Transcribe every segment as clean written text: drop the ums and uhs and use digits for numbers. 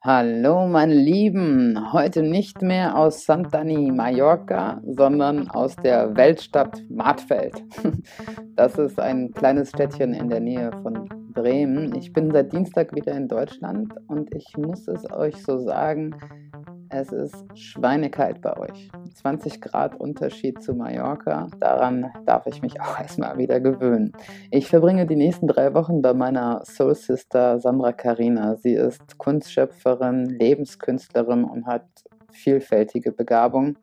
Hallo, meine Lieben. Heute nicht mehr aus Santani, Mallorca, sondern aus der Weltstadt Martfeld. Das ist ein kleines Städtchen in der Nähe von Bremen. Ich bin seit Dienstag wieder in Deutschland und ich muss es euch so sagen, es ist schweinekalt bei euch. 20 Grad Unterschied zu Mallorca. Daran darf ich mich auch erstmal wieder gewöhnen. Ich verbringe die nächsten 3 Wochen bei meiner Soul Sister Sandra Carina. Sie ist Kunstschöpferin, Lebenskünstlerin und hat vielfältige Begabung.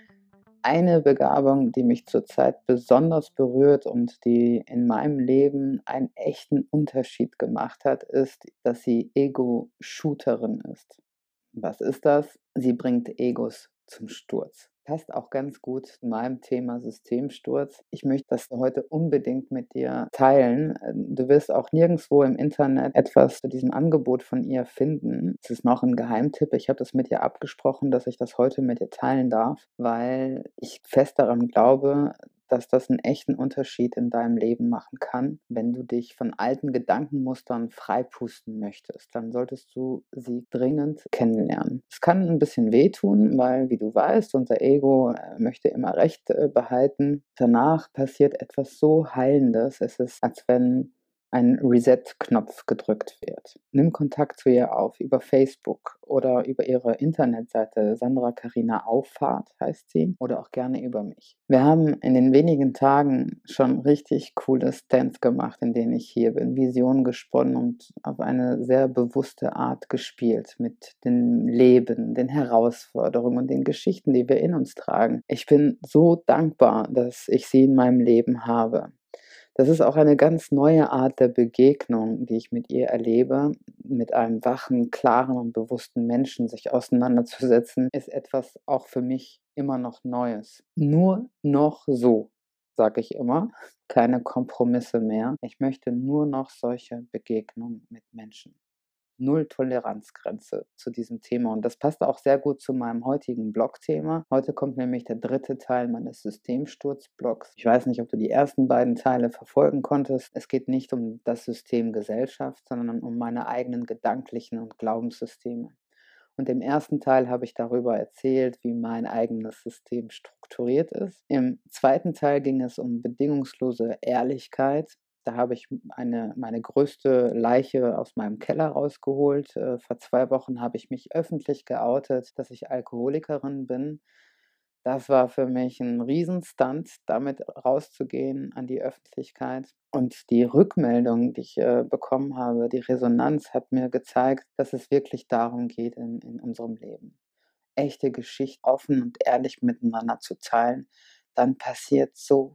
Eine Begabung, die mich zurzeit besonders berührt und die in meinem Leben einen echten Unterschied gemacht hat, ist, dass sie Ego-Shooterin ist. Was ist das? Sie bringt Egos zum Sturz. Passt auch ganz gut zu meinem Thema Systemsturz. Ich möchte das heute unbedingt mit dir teilen. Du wirst auch nirgendswo im Internet etwas zu diesem Angebot von ihr finden. Es ist noch ein Geheimtipp. Ich habe das mit ihr abgesprochen, dass ich das heute mit dir teilen darf, weil ich fest daran glaube, dass das einen echten Unterschied in deinem Leben machen kann. Wenn du dich von alten Gedankenmustern freipusten möchtest, dann solltest du sie dringend kennenlernen. Es kann ein bisschen wehtun, weil, wie du weißt, unser Ego, möchte immer Recht, behalten. Danach passiert etwas so Heilendes. Es ist, als wenn ein Reset-Knopf gedrückt wird. Nimm Kontakt zu ihr auf über Facebook oder über ihre Internetseite Sandra Carina Auffahrt heißt sie oder auch gerne über mich. Wir haben in den wenigen Tagen schon richtig coole Stands gemacht, in denen ich hier bin, Visionen gesponnen und auf eine sehr bewusste Art gespielt mit dem Leben, den Herausforderungen und den Geschichten, die wir in uns tragen. Ich bin so dankbar, dass ich sie in meinem Leben habe. Das ist auch eine ganz neue Art der Begegnung, die ich mit ihr erlebe. Mit einem wachen, klaren und bewussten Menschen sich auseinanderzusetzen, ist etwas auch für mich immer noch Neues. Nur noch so, sage ich immer, keine Kompromisse mehr. Ich möchte nur noch solche Begegnungen mit Menschen. Null Toleranzgrenze zu diesem Thema. Und das passt auch sehr gut zu meinem heutigen Blogthema. Heute kommt nämlich der dritte Teil meines Systemsturz-Blogs. Ich weiß nicht, ob du die ersten beiden Teile verfolgen konntest. Es geht nicht um das System Gesellschaft, sondern um meine eigenen gedanklichen und Glaubenssysteme. Und im ersten Teil habe ich darüber erzählt, wie mein eigenes System strukturiert ist. Im zweiten Teil ging es um bedingungslose Ehrlichkeit. Da habe ich meine größte Leiche aus meinem Keller rausgeholt. Vor 2 Wochen habe ich mich öffentlich geoutet, dass ich Alkoholikerin bin. Das war für mich 'n Riesenstunt, damit rauszugehen an die Öffentlichkeit. Und die Rückmeldung, die ich, bekommen habe, die Resonanz hat mir gezeigt, dass es wirklich darum geht in unserem Leben. Echte Geschichten offen und ehrlich miteinander zu teilen, dann passiert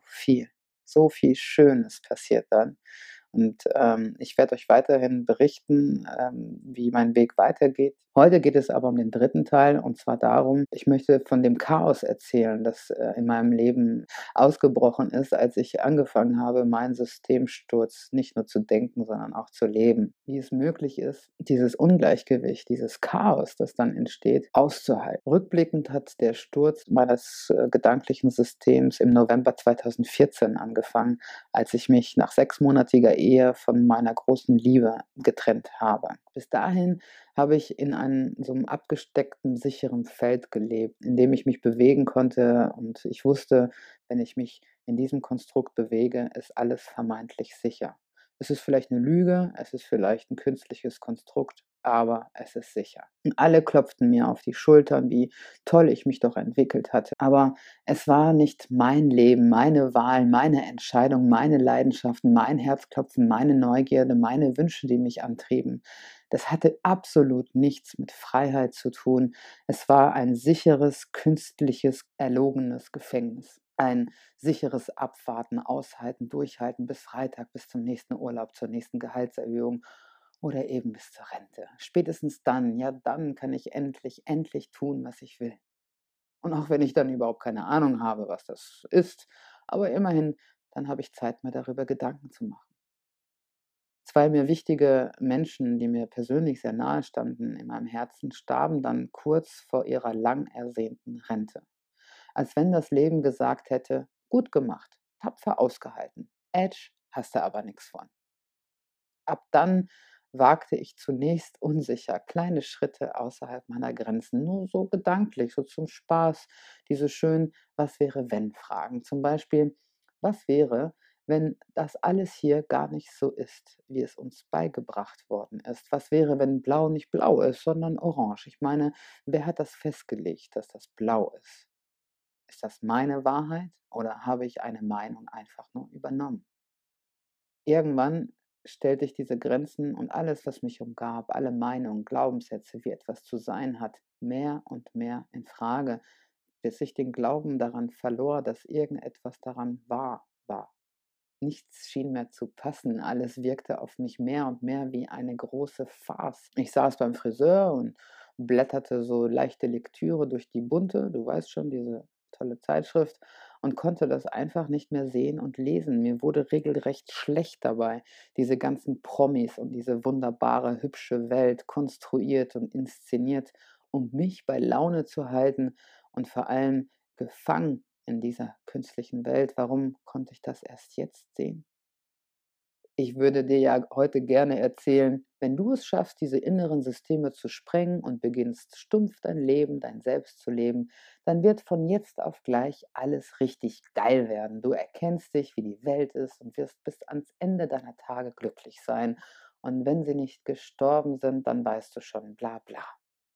so viel Schönes passiert dann. Und, ich werde euch weiterhin berichten, wie mein Weg weitergeht. Heute geht es aber um den dritten Teil, und zwar darum, ich möchte von dem Chaos erzählen, das, in meinem Leben ausgebrochen ist, als ich angefangen habe, meinen Systemsturz nicht nur zu denken, sondern auch zu leben. Wie es möglich ist, dieses Ungleichgewicht, dieses Chaos, das dann entsteht, auszuhalten. Rückblickend hat der Sturz meines, gedanklichen Systems im November 2014 angefangen, als ich mich nach 6-monatiger Ehe von meiner großen Liebe getrennt habe. Bis dahin habe ich in einem so 'nem abgesteckten, sicheren Feld gelebt, in dem ich mich bewegen konnte, und ich wusste, wenn ich mich in diesem Konstrukt bewege, ist alles vermeintlich sicher. Es ist vielleicht 'ne Lüge, es ist vielleicht 'n künstliches Konstrukt, aber es ist sicher. Und alle klopften mir auf die Schultern, wie toll ich mich doch entwickelt hatte. Aber es war nicht mein Leben, meine Wahl, meine Entscheidung, meine Leidenschaften, mein Herzklopfen, meine Neugierde, meine Wünsche, die mich antrieben. Das hatte absolut nichts mit Freiheit zu tun. Es war ein sicheres, künstliches, erlogenes Gefängnis. Ein sicheres Abwarten, Aushalten, Durchhalten bis Freitag, bis zum nächsten Urlaub, zur nächsten Gehaltserhöhung oder eben bis zur Rente. Spätestens dann, ja, dann kann ich endlich tun, was ich will. Und auch wenn ich dann überhaupt keine Ahnung habe, was das ist, aber immerhin, dann habe ich Zeit, mir darüber Gedanken zu machen. 2 mir wichtige Menschen, die mir persönlich sehr nahe standen in meinem Herzen, starben dann kurz vor ihrer lang ersehnten Rente. Als wenn das Leben gesagt hätte: „Gut gemacht, tapfer ausgehalten. Edge, hast du aber nix von.“ Ab dann wagte ich zunächst unsicher kleine Schritte außerhalb meiner Grenzen, nur so gedanklich, so zum Spaß, diese schönen „Was wäre wenn“ Fragen. Zum Beispiel: „Was wäre, wenn das alles hier gar nicht so ist, wie es uns beigebracht worden ist? Was wäre, wenn blau nicht blau ist, sondern orange? Ich meine, wer hat das festgelegt, dass das blau ist? Ist das meine Wahrheit oder habe ich eine Meinung einfach nur übernommen?“ Irgendwann stellte ich diese Grenzen und alles, was mich umgab, alle Meinungen, Glaubenssätze, wie etwas zu sein hat, mehr und mehr in Frage, bis ich den Glauben daran verlor, dass irgendetwas daran wahr war. Nichts schien mehr zu passen. Alles wirkte auf mich mehr und mehr wie eine große Farce. Ich saß beim Friseur und blätterte so leichte Lektüre durch die bunte, du weißt schon, diese tolle Zeitschrift, und konnte das einfach nicht mehr sehen und lesen. Mir wurde regelrecht schlecht dabei, diese ganzen Promis und diese wunderbare, hübsche Welt konstruiert und inszeniert, um mich bei Laune zu halten und vor allem gefangen in dieser künstlichen Welt. Warum konnte ich das erst jetzt sehen? Ich würde dir ja heute gerne erzählen, wenn du es schaffst, diese inneren Systeme zu sprengen und beginnst stumpf dein Leben, dein Selbst zu leben, dann wird von jetzt auf gleich alles richtig geil werden. Du erkennst dich, wie die Welt ist und wirst bis ans Ende deiner Tage glücklich sein. Und wenn sie nicht gestorben sind, dann weißt du schon, bla bla.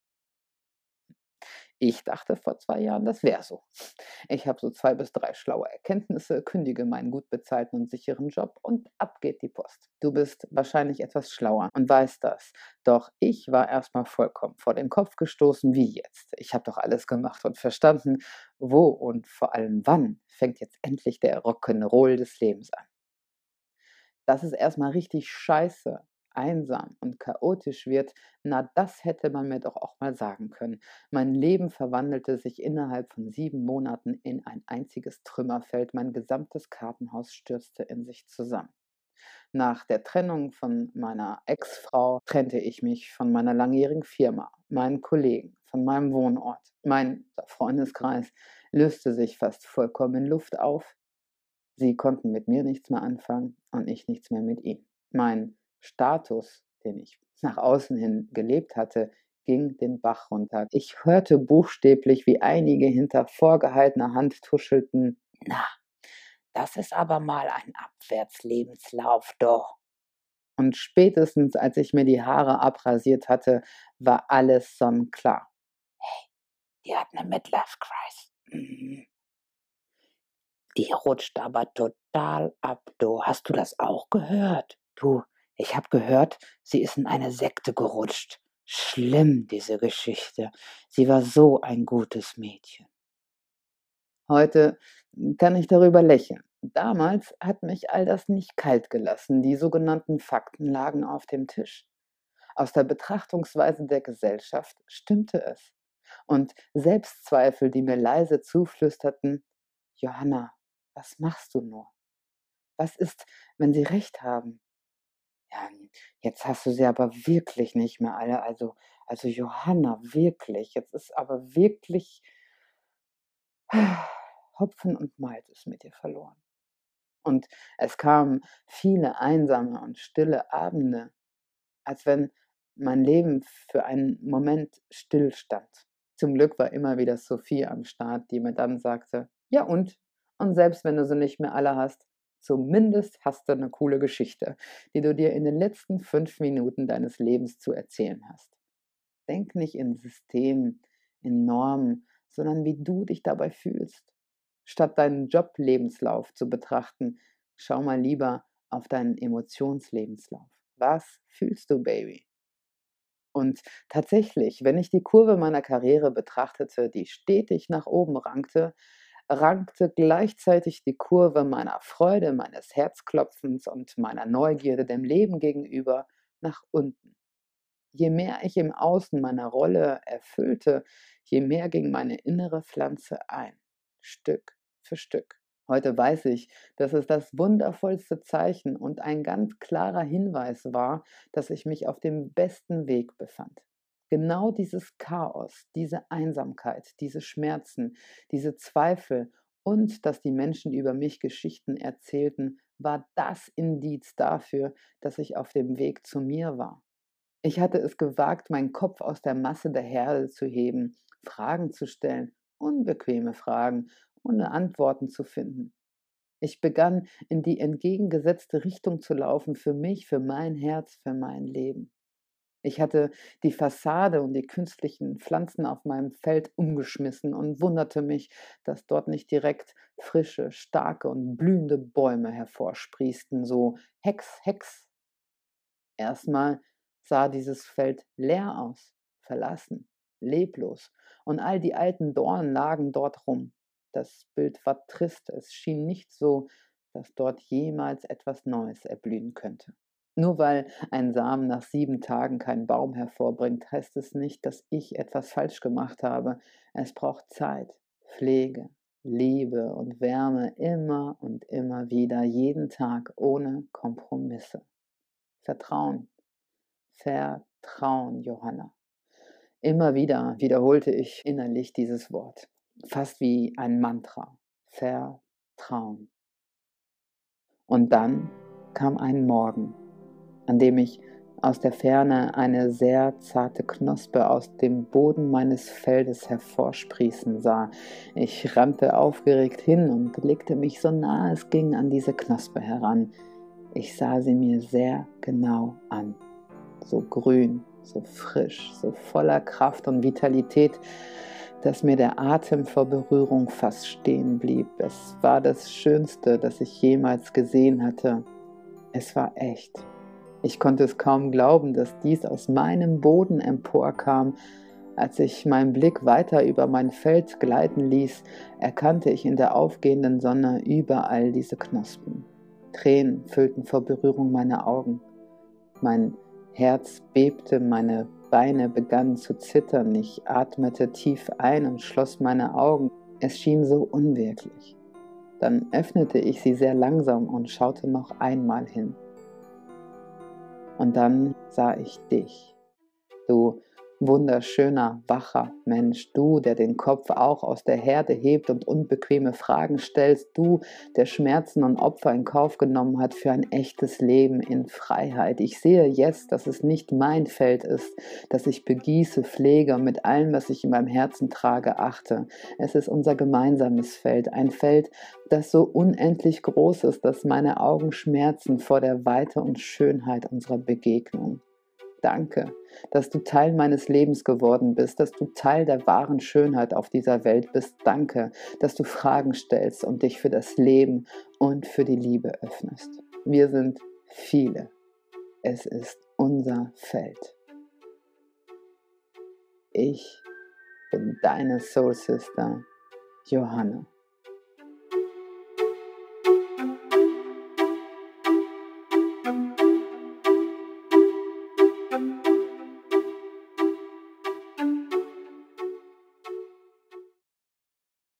Ich dachte vor 2 Jahren, das wäre so. Ich habe so 2 bis 3 schlaue Erkenntnisse, kündige meinen gut bezahlten und sicheren Job und ab geht die Post. Du bist wahrscheinlich etwas schlauer und weißt das. Doch ich war erst mal vollkommen vor den Kopf gestoßen, wie jetzt. Ich habe doch alles gemacht und verstanden. Wo und vor allem wann fängt jetzt endlich der Rock'n'Roll des Lebens an? Dass es erst mal richtig scheiße, einsam und chaotisch wird, na, das hätte man mir doch auch mal sagen können. Mein Leben verwandelte sich innerhalb von 7 Monaten in ein einziges Trümmerfeld. Mein gesamtes Kartenhaus stürzte in sich zusammen. Nach der Trennung von meiner Ex-Frau trennte ich mich von meiner langjährigen Firma, meinen Kollegen, von meinem Wohnort. Mein Freundeskreis löste sich fast vollkommen in Luft auf. Sie konnten mit mir nichts mehr anfangen und ich nichts mehr mit ihnen. Mein Status, den ich nach außen hin gelebt hatte, ging den Bach runter. Ich hörte buchstäblich, wie einige hinter vorgehaltener Hand tuschelten: „Na, das ist aber mal ein Abwärtslebenslauf, doch.“ Und spätestens, als ich mir die Haare abrasiert hatte, war alles sonnenklar. Die hat 'ne Midlife Crisis. Mhm. Die rutscht aber total ab, du. Hast du das auch gehört? Du, ich habe gehört, sie ist in eine Sekte gerutscht. Schlimm, diese Geschichte. Sie war so ein gutes Mädchen. Heute kann ich darüber lächeln. Damals hat mich all das nicht kalt gelassen. Die sogenannten Fakten lagen auf dem Tisch. Aus der Betrachtungsweise der Gesellschaft stimmte es. Und Selbstzweifel, die mir leise zuflüsterten: „Johanna, was machst du nur? Was ist, wenn sie recht haben?“ Ja, jetzt hast du sie aber wirklich nicht mehr alle. Also Johanna, wirklich, jetzt ist aber wirklich Hopfen und Malz ist mit dir verloren. Und es kamen viele einsame und stille Abende, als wenn mein Leben für einen Moment stillstand. Zum Glück war immer wieder Sophie am Start, die mir dann sagte: „Ja und? Und selbst wenn du sie nicht mehr alle hast, zumindest hast du eine coole Geschichte, die du dir in den letzten 5 Minuten deines Lebens zu erzählen hast. Denk nicht in Systemen, in Normen, sondern wie du dich dabei fühlst. Statt deinen Joblebenslauf zu betrachten, schau mal lieber auf deinen Emotionslebenslauf. Was fühlst du, Baby?“ Und tatsächlich, wenn ich die Kurve meiner Karriere betrachtete, die stetig nach oben rankte, rankte gleichzeitig die Kurve meiner Freude, meines Herzklopfens und meiner Neugierde dem Leben gegenüber nach unten. Je mehr ich im Außen meine Rolle erfüllte, je mehr ging meine innere Pflanze ein, Stück für Stück. Heute weiß ich, dass es das wundervollste Zeichen und ein ganz klarer Hinweis war, dass ich mich auf dem besten Weg befand. Genau dieses Chaos, diese Einsamkeit, diese Schmerzen, diese Zweifel und dass die Menschen über mich Geschichten erzählten, war das Indiz dafür, dass ich auf dem Weg zu mir war. Ich hatte es gewagt, meinen Kopf aus der Masse der Herde zu heben, Fragen zu stellen, unbequeme Fragen, ohne Antworten zu finden. Ich begann, in die entgegengesetzte Richtung zu laufen, für mich, für mein Herz, für mein Leben. Ich hatte die Fassade und die künstlichen Pflanzen auf meinem Feld umgeschmissen und wunderte mich, dass dort nicht direkt frische, starke und blühende Bäume hervorsprießten, so Hex, Hex. Erstmal sah dieses Feld leer aus, verlassen, leblos, und all die alten Dornen lagen dort rum. Das Bild war trist, es schien nicht so, dass dort jemals etwas Neues erblühen könnte. Nur weil ein Samen nach 7 Tagen keinen Baum hervorbringt, heißt es nicht, dass ich etwas falsch gemacht habe. Es braucht Zeit, Pflege, Liebe und Wärme immer und immer wieder, jeden Tag ohne Kompromisse. Vertrauen, Vertrauen, Johanna. Immer wieder wiederholte ich innerlich dieses Wort, fast wie ein Mantra. Vertrauen. Und dann kam ein Morgen, an dem ich aus der Ferne eine sehr zarte Knospe aus dem Boden meines Feldes hervorsprießen sah. Ich rannte aufgeregt hin und legte mich so nah es ging an diese Knospe heran. Ich sah sie mir sehr genau an. So grün, so frisch, so voller Kraft und Vitalität, dass mir der Atem vor Berührung fast stehen blieb. Es war das Schönste, das ich jemals gesehen hatte. Es war echt. Ich konnte es kaum glauben, dass dies aus meinem Boden emporkam. Als ich meinen Blick weiter über mein Feld gleiten ließ, erkannte ich in der aufgehenden Sonne überall diese Knospen. Tränen füllten vor Berührung meine Augen. Mein Herz bebte, meine Beine begannen zu zittern. Ich atmete tief ein und schloss meine Augen. Es schien so unwirklich. Dann öffnete ich sie sehr langsam und schaute noch einmal hin. Und dann sah ich dich, du wunderschöner, wacher Mensch, du, der den Kopf auch aus der Herde hebt und unbequeme Fragen stellst, du, der Schmerzen und Opfer in Kauf genommen hat für ein echtes Leben in Freiheit. Ich sehe jetzt, dass es nicht mein Feld ist, das ich begieße, pflege und mit allem, was ich in meinem Herzen trage, achte. Es ist unser gemeinsames Feld, ein Feld, das so unendlich groß ist, dass meine Augen schmerzen vor der Weite und Schönheit unserer Begegnung. Danke, dass du Teil meines Lebens geworden bist, dass du Teil der wahren Schönheit auf dieser Welt bist. Danke, dass du Fragen stellst und dich für das Leben und für die Liebe öffnest. Wir sind viele. Es ist unser Feld. Ich bin deine Soul Sister, Johanna.